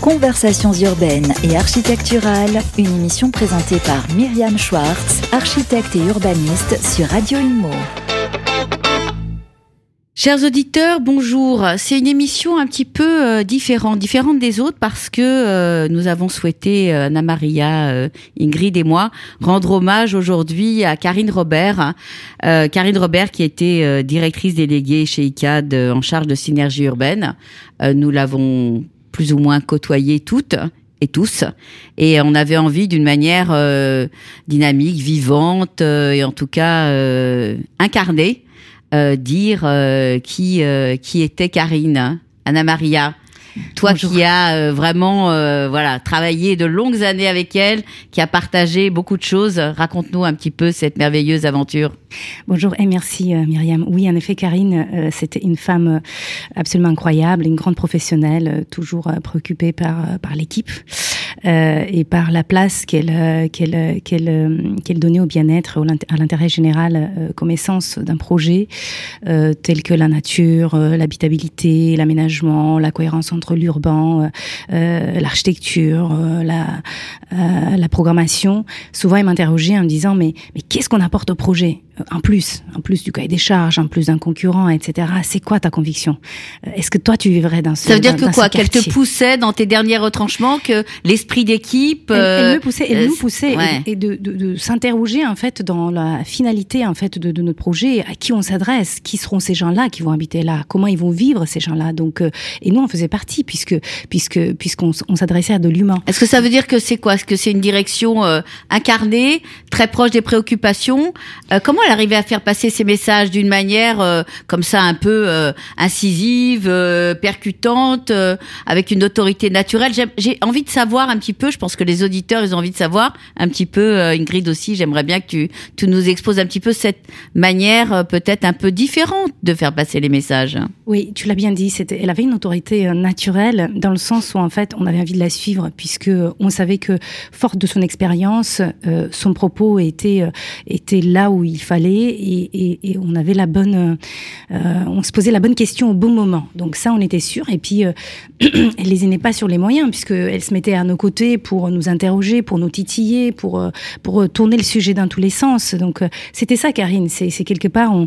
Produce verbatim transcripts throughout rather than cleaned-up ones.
Conversations urbaines et architecturales, une émission présentée par Myriam Schwartz, architecte et urbaniste sur Radio Imo. Chers auditeurs, bonjour. C'est une émission un petit peu euh, différente, différente des autres parce que euh, nous avons souhaité, euh, Anna-Maria, euh, Ingrid et moi, rendre hommage aujourd'hui à Karine Robert. Euh, Karine Robert qui était euh, directrice déléguée chez I C A D euh, en charge de synergie urbaine. Euh, nous l'avons plus ou moins côtoyée toutes et tous, et on avait envie d'une manière euh, dynamique, vivante euh, et en tout cas euh, incarnée, Euh, dire euh, qui euh, qui était Karine. Anna-Maria, toi Bonjour. Qui as euh, vraiment euh, voilà travaillé de longues années avec elle, qui a partagé beaucoup de choses, raconte-nous un petit peu cette merveilleuse aventure. Bonjour et merci euh, Myriam. Oui, en effet, Karine, euh, c'était une femme euh, absolument incroyable, une grande professionnelle, euh, toujours euh, préoccupée par euh, par l'équipe euh, et par la place qu'elle euh, qu'elle euh, qu'elle euh, qu'elle donnait au bien-être, au, à l'intérêt général, euh, comme essence d'un projet euh, tel que la nature, euh, l'habitabilité, l'aménagement, la cohérence entre l'urbain, euh, l'architecture, euh, la euh, la programmation. Souvent, elle m'interrogeait en me disant mais mais qu'est-ce qu'on apporte au projet? En plus, en plus du cahier des charges, en plus d'un concurrent, et cetera. C'est quoi ta conviction? Est-ce que toi, tu vivrais dans ce Ça veut dire dans, que quoi? Dans Qu'elle te poussait dans tes derniers retranchements, que l'esprit d'équipe... Elle, euh, elle me poussait, elle euh, nous poussait, ouais. et, et de, de, de s'interroger, en fait, dans la finalité, en fait, de, de notre projet. À qui on s'adresse? Qui seront ces gens-là qui vont habiter là? Comment ils vont vivre, ces gens-là? Donc, euh, et nous, on faisait partie, puisque, puisque, puisqu'on on s'adressait à de l'humain. Est-ce que ça veut dire que c'est quoi? Est-ce que c'est une direction euh, incarnée, très proche des préoccupations? euh, Comment elle arrivait à faire passer ces messages d'une manière euh, comme ça un peu euh, incisive, euh, percutante, euh, avec une autorité naturelle? J'ai, j'ai envie de savoir un petit peu, je pense que les auditeurs ils ont envie de savoir un petit peu, euh, Ingrid aussi, j'aimerais bien que tu, tu nous exposes un petit peu cette manière euh, peut-être un peu différente de faire passer les messages. Oui, tu l'as bien dit, c'était, elle avait une autorité euh, naturelle dans le sens où en fait on avait envie de la suivre puisque on savait que forte de son expérience, euh, son propos était, euh, était là où il fallait et Et, et on avait la bonne, euh, on se posait la bonne question au bon moment. Donc ça, on était sûr. Et puis, euh, elle lésinait pas sur les moyens, puisque elle se mettait à nos côtés pour nous interroger, pour nous titiller, pour pour tourner le sujet dans tous les sens. Donc c'était ça, Karine. C'est, c'est quelque part, on,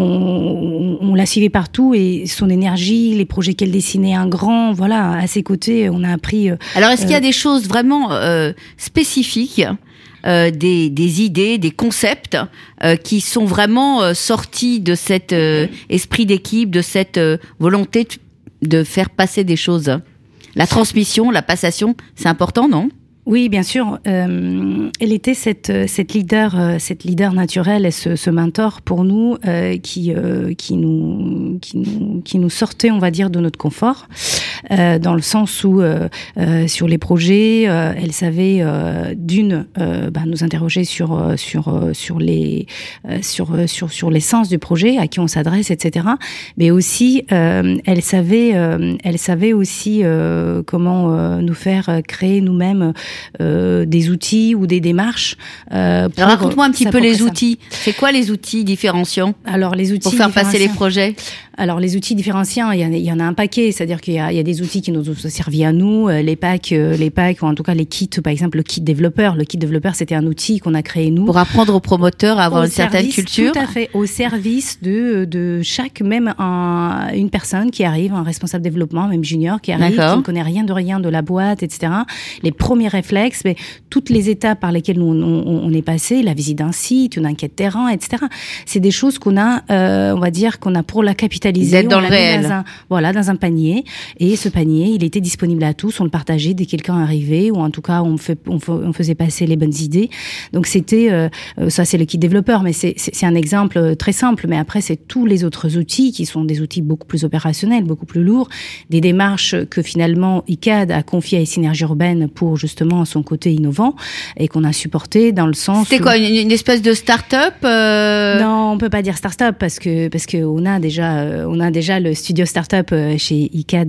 on, on la suivait partout et son énergie, les projets qu'elle dessinait, un grand, voilà, à ses côtés, on a appris. Euh, Alors, est-ce qu'il y a des choses vraiment euh, spécifiques? Euh, des, des idées, des concepts euh, qui sont vraiment euh, sortis de cet euh, esprit d'équipe, de cette euh, volonté de, de faire passer des choses. La transmission, la passation, c'est important, non ? Oui, bien sûr. Euh, elle était cette cette leader, euh, cette leader naturelle et ce, ce mentor pour nous euh, qui euh, qui nous qui nous qui nous sortait, on va dire, de notre confort, euh, dans le sens où euh, euh, sur les projets, euh, elle savait euh, d'une euh, bah, nous interroger sur sur sur les euh, sur sur sur l'essence du projet, à qui on s'adresse, et cetera. Mais aussi, euh, elle savait euh, elle savait aussi euh, comment euh, nous faire créer nous-mêmes Euh, des outils ou des démarches. Euh, Alors raconte-moi un petit peu les outils. C'est quoi les outils différenciants? Alors les outils pour faire passer les projets. Alors les outils différenciants, il y en a, il y en a un paquet. C'est-à-dire qu'il y a, il y a des outils qui nous ont servi à nous, les packs, les packs, ou en tout cas les kits. Par exemple, le kit développeur. Le kit développeur, c'était un outil qu'on a créé nous pour apprendre aux promoteurs à avoir une service, certaine culture. Tout à fait, au service de de chaque, même un, une personne qui arrive, un responsable développement, même junior, qui arrive, D'accord. qui ne connaît rien de rien de la boîte, et cetera. Les premiers réflexes, mais toutes les étapes par lesquelles nous, on, on est passé, la visite d'un site, une enquête terrain, et cetera. C'est des choses qu'on a, euh, on va dire, qu'on a pour la capitaliser. D'être dans le réel. Dans un, voilà, dans un panier. Et ce panier, il était disponible à tous. On le partageait dès que quelqu'un arrivait, ou en tout cas, on, fait, on, on faisait passer les bonnes idées. Donc c'était, euh, ça c'est le kit développeur, mais c'est, c'est, c'est un exemple très simple. Mais après, c'est tous les autres outils qui sont des outils beaucoup plus opérationnels, beaucoup plus lourds, des démarches que finalement I C A D a confiées à Synergie Urbaine pour justement son côté innovant et qu'on a supporté dans le sens. C'était où... quoi, une, une espèce de start-up euh... Non, on peut pas dire start-up parce que parce que on a déjà on a déjà le studio start-up chez I C A D qui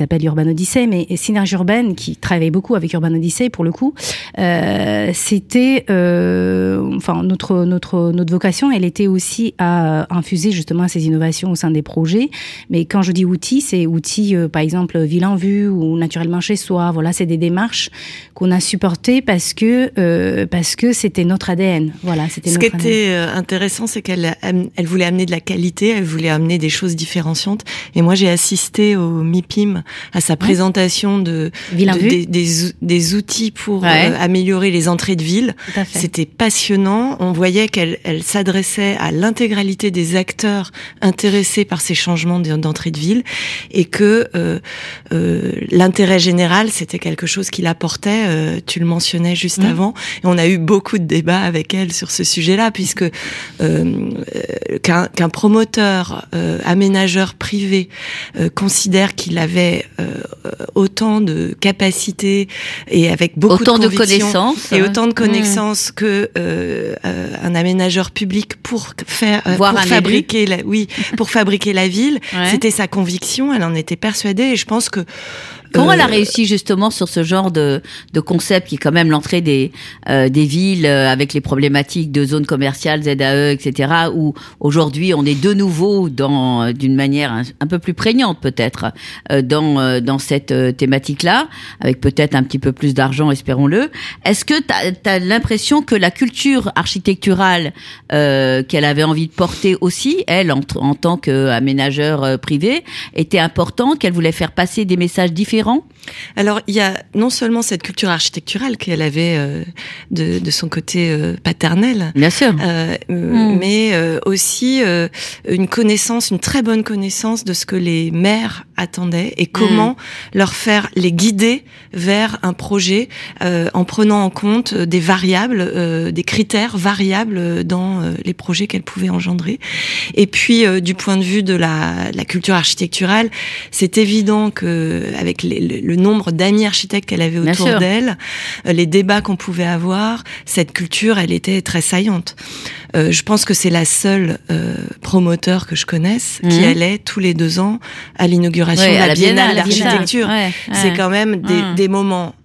s'appelle Urban Odyssey, mais Synergie Urbaine, qui travaille beaucoup avec Urban Odyssey pour le coup, euh, c'était, euh, enfin notre notre notre vocation, elle était aussi à infuser justement ces innovations au sein des projets. Mais quand je dis outils, c'est outils, euh, par exemple Ville en Vue ou Naturellement chez soi. Voilà, c'est des démarches qu'on a supportées parce que euh, parce que c'était notre A D N. Voilà, c'était. Ce notre qui était A D N. Intéressant, c'est qu'elle elle voulait amener de la qualité, elle voulait amener des choses différenciantes. Et moi, j'ai assisté au MIPIM à sa présentation de, de des, des, des outils pour ouais. euh, améliorer les entrées de ville. C'était passionnant. On voyait qu'elle elle s'adressait à l'intégralité des acteurs intéressés par ces changements d'entrée de ville et que euh, euh, l'intérêt général, c'était quelque chose qui l'apportait. Euh, tu le mentionnais juste mmh. avant. Et on a eu beaucoup de débats avec elle sur ce sujet-là, puisque euh, qu'un, qu'un promoteur, euh, aménageur privé euh, considère qu'il avait euh, autant de capacités et avec beaucoup autant de, de connaissances et autant de connaissances mmh. que euh, euh, un aménageur public pour faire euh, pour fabriquer la, oui pour fabriquer la ville, ouais. c'était sa conviction, elle en était persuadée et je pense que Comment elle a réussi justement sur ce genre de, de concept qui est quand même l'entrée des, euh, des villes euh, avec les problématiques de zones commerciales, Z A E, et cetera, où aujourd'hui on est de nouveau dans, d'une manière un, un peu plus prégnante peut-être, euh, dans, euh, dans cette euh, thématique-là, avec peut-être un petit peu plus d'argent, espérons-le. Est-ce que t'as, t'as l'impression que la culture architecturale euh, qu'elle avait envie de porter aussi, elle, en, en tant qu'aménageur euh, privé, était importante, qu'elle voulait faire passer des messages différents? Alors, il y a non seulement cette culture architecturale qu'elle avait euh, de, de son côté euh, paternel, bien sûr, euh, mmh. mais euh, aussi euh, une connaissance, une très bonne connaissance de ce que les maires attendaient et comment mmh. leur faire les guider vers un projet euh, en prenant en compte des variables, euh, des critères variables dans euh, les projets qu'elle pouvait engendrer. Et puis, euh, du point de vue de la, la culture architecturale, c'est évident que avec les Le, le nombre d'amis architectes qu'elle avait autour d'elle, les débats qu'on pouvait avoir, cette culture, elle était très saillante. Euh, je pense que c'est la seule euh, promoteur que je connaisse mmh. qui allait tous les deux ans à l'inauguration ouais, de la, la Biennale d'architecture. Ouais, ouais. C'est quand même des, mmh. des moments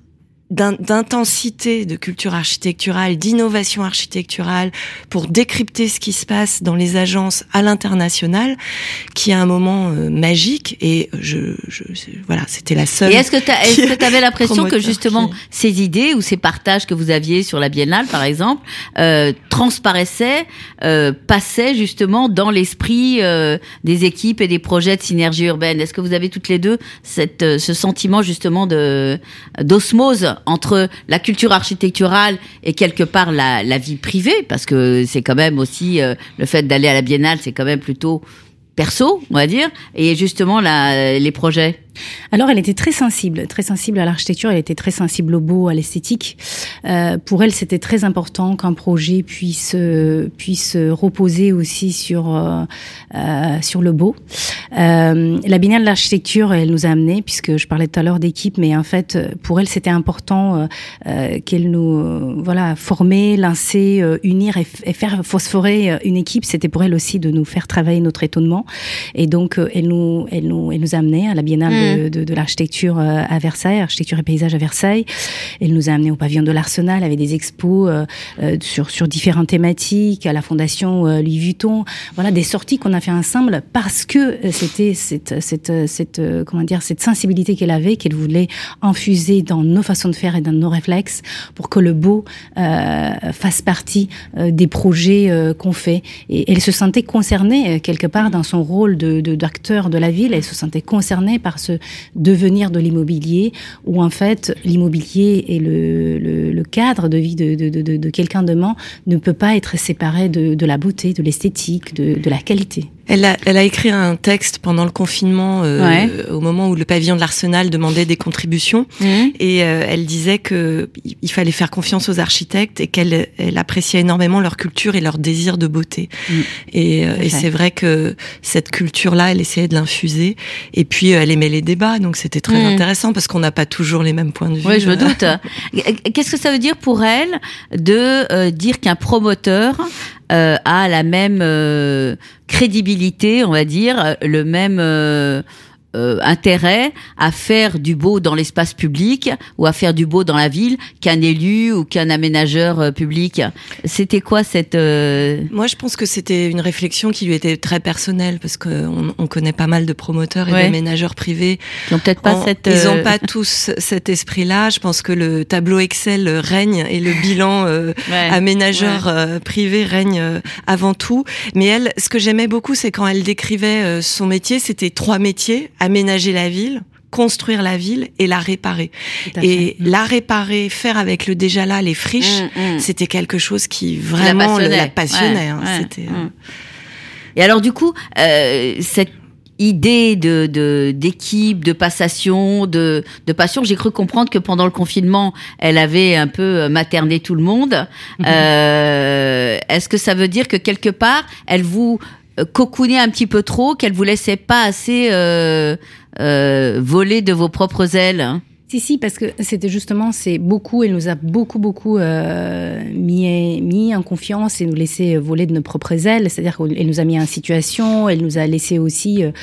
d'intensité de culture architecturale, d'innovation architecturale pour décrypter ce qui se passe dans les agences à l'international, qui est un moment euh, magique et je, je, voilà, c'était la seule. Et est-ce que t'as, est-ce que t'avais l'impression que justement qui... ces idées ou ces partages que vous aviez sur la Biennale, par exemple, euh, transparaissaient, euh, passaient justement dans l'esprit euh, des équipes et des projets de synergie urbaine? Est-ce que vous avez toutes les deux cette, euh, ce sentiment justement de d'osmose entre la culture architecturale et quelque part la, la vie privée, parce que c'est quand même aussi euh, le fait d'aller à la Biennale, c'est quand même plutôt perso, on va dire, et justement la, les projets. Alors, elle était très sensible, très sensible à l'architecture, elle était très sensible au beau, à l'esthétique. Euh, pour elle, c'était très important qu'un projet puisse euh, puisse reposer aussi sur euh, euh, sur le beau. Euh, la Biennale de l'architecture, elle nous a amenés, puisque je parlais tout à l'heure d'équipe, mais en fait, pour elle, c'était important euh, euh, qu'elle nous euh, voilà former, lancer, euh, unir et, f- et faire phosphorer une équipe. C'était pour elle aussi de nous faire travailler notre étonnement. Et donc, euh, elle nous elle nous elle nous a amenés à la Biennale. Mmh. De, de, de l'architecture à Versailles, architecture et paysage à Versailles. Elle nous a amenés au pavillon de l'Arsenal avec des expos euh, euh, sur sur différentes thématiques, à la fondation euh, Louis Vuitton. Voilà, des sorties qu'on a fait ensemble parce que c'était cette cette cette euh, comment dire cette sensibilité qu'elle avait, qu'elle voulait infuser dans nos façons de faire et dans nos réflexes pour que le beau euh, fasse partie euh, des projets euh, qu'on fait. Et elle se sentait concernée euh, quelque part dans son rôle de, de d'acteur de la ville. Elle se sentait concernée par ce devenir de l'immobilier, où en fait l'immobilier et le, le, le cadre de vie de, de, de, de quelqu'un demain ne peut pas être séparé de, de la beauté, de l'esthétique, de, de la qualité. Elle a, elle a écrit un texte pendant le confinement, euh, ouais. au moment où le pavillon de l'Arsenal demandait des contributions, mmh. et euh, elle disait que il fallait faire confiance aux architectes et qu'elle elle appréciait énormément leur culture et leur désir de beauté. Mmh. Et, euh, et c'est vrai que cette culture-là, elle essayait de l'infuser. Et puis elle aimait les débats, donc c'était très mmh. intéressant parce qu'on n'a pas toujours les mêmes points de vue. Oui, je me doute. Qu'est-ce que ça veut dire pour elle de euh, dire qu'un promoteur euh, a la même euh, crédibilité, on va dire, le même euh, euh, intérêt à faire du beau dans l'espace public ou à faire du beau dans la ville qu'un élu ou qu'un aménageur euh, public. C'était quoi cette... Euh... Moi, je pense que c'était une réflexion qui lui était très personnelle parce qu'on on connaît pas mal de promoteurs et ouais. d'aménageurs privés. Ils n'ont peut-être pas en, cette... Ils n'ont pas tous cet esprit-là. Je pense que le tableau Excel règne et le bilan euh, ouais. aménageur ouais. Euh, privé règne euh, avant tout. Mais elle, ce que j'aimais beaucoup, c'est quand elle décrivait euh, son métier, c'était trois métiers: aménager la ville, construire la ville et la réparer. Et mmh. la réparer, faire avec le déjà là, les friches, mmh, mmh. c'était quelque chose qui vraiment la passionnait. La passionnait ouais, hein. ouais, c'était, mmh. euh... Et alors du coup, euh, cette idée de, de d'équipe, de passation, de de passion, j'ai cru comprendre que pendant le confinement, elle avait un peu materné tout le monde. Mmh. Euh, est-ce que ça veut dire que quelque part, elle vous cocoonait un petit peu trop, qu'elle vous laissait pas assez euh, euh, voler de vos propres ailes, hein? Si, si, parce que c'était justement, c'est beaucoup, elle nous a beaucoup, beaucoup euh, mis, mis en confiance et nous laissé voler de nos propres ailes. C'est-à-dire qu'elle nous a mis en situation, elle nous a laissé aussi, euh,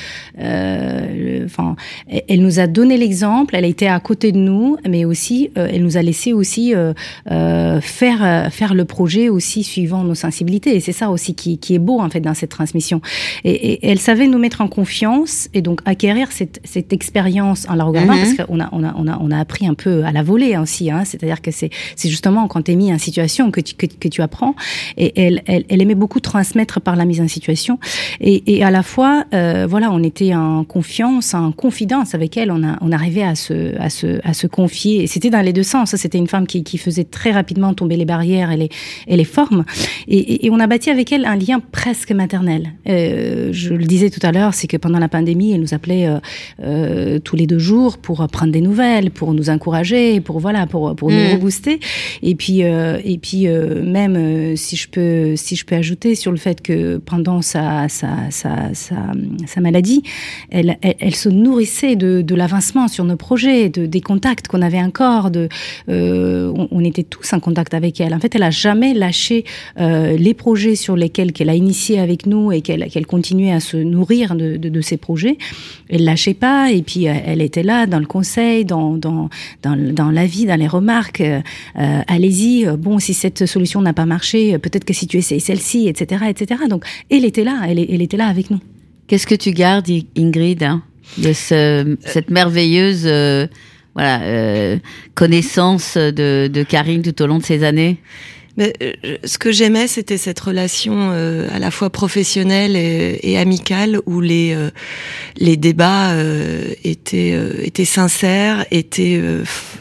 euh, enfin, elle nous a donné l'exemple, elle a été à côté de nous, mais aussi, euh, elle nous a laissé aussi euh, euh, faire, faire le projet aussi suivant nos sensibilités. Et c'est ça aussi qui, qui est beau, en fait, dans cette transmission. Et, et elle savait nous mettre en confiance et donc acquérir cette, cette expérience en la regardant, mm-hmm. parce qu'on a, on a, on a on a appris un peu à la volée aussi, hein. C'est-à-dire que c'est, c'est justement quand tu es mis en situation que tu, que, que tu apprends. Et elle, elle, elle aimait beaucoup transmettre par la mise en situation. Et, et à la fois, euh, voilà, on était en confiance, en confidence avec elle. On, a, on arrivait à se, à, se, à se confier. Et c'était dans les deux sens. C'était une femme qui, qui faisait très rapidement tomber les barrières et les, et les formes. Et, et, et on a bâti avec elle un lien presque maternel. Euh, je le disais tout à l'heure, c'est que pendant la pandémie, elle nous appelait euh, euh, tous les deux jours pour prendre des nouvelles, pour nous encourager, pour voilà, pour pour mmh. nous rebooster. Et puis euh, et puis euh, même euh, si je peux si je peux ajouter sur le fait que pendant sa sa sa sa, sa maladie, elle, elle elle se nourrissait de de l'avancement sur nos projets, de des contacts qu'on avait encore, de euh, on, on était tous en contact avec elle. En fait, elle a jamais lâché euh, les projets sur lesquels qu'elle a initié avec nous et qu'elle qu'elle continuait à se nourrir de de, de ces projets. Elle lâchait pas et puis elle était là dans le conseil, dans dans dans, dans l'avis, dans les remarques, euh, allez-y, bon, si cette solution n'a pas marché, peut-être que si tu essayes celle-ci, et cetera, et cetera. Donc, elle était là, elle, elle était là avec nous. Qu'est-ce que tu gardes, Ingrid, hein, de ce, cette merveilleuse euh, voilà, euh, connaissance de, de Karine tout au long de ces années? Mais, euh, ce que j'aimais, c'était cette relation euh, à la fois professionnelle et, et amicale, où les euh, les débats euh, étaient euh, étaient sincères, étaient euh,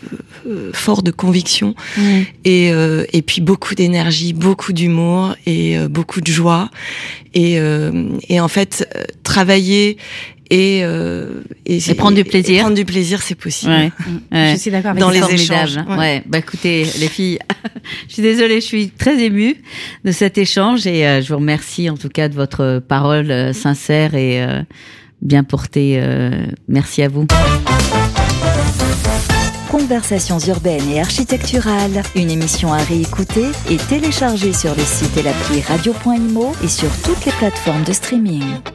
f- forts de conviction, mmh. et euh, et puis beaucoup d'énergie, beaucoup d'humour et euh, beaucoup de joie, et euh, et en fait euh, travailler et, euh, et, et prendre du plaisir. Et prendre du plaisir, c'est possible. Ouais. Ouais. Je suis d'accord avec dans les formidable. échanges. Ouais. ouais. Bah écoutez, les filles, je suis désolée, je suis très émue de cet échange et euh, je vous remercie en tout cas de votre parole euh, sincère et euh, bien portée. Euh, merci à vous. Conversations urbaines et architecturales, une émission à réécouter et télécharger sur le site et l'appli radio point imo et sur toutes les plateformes de streaming.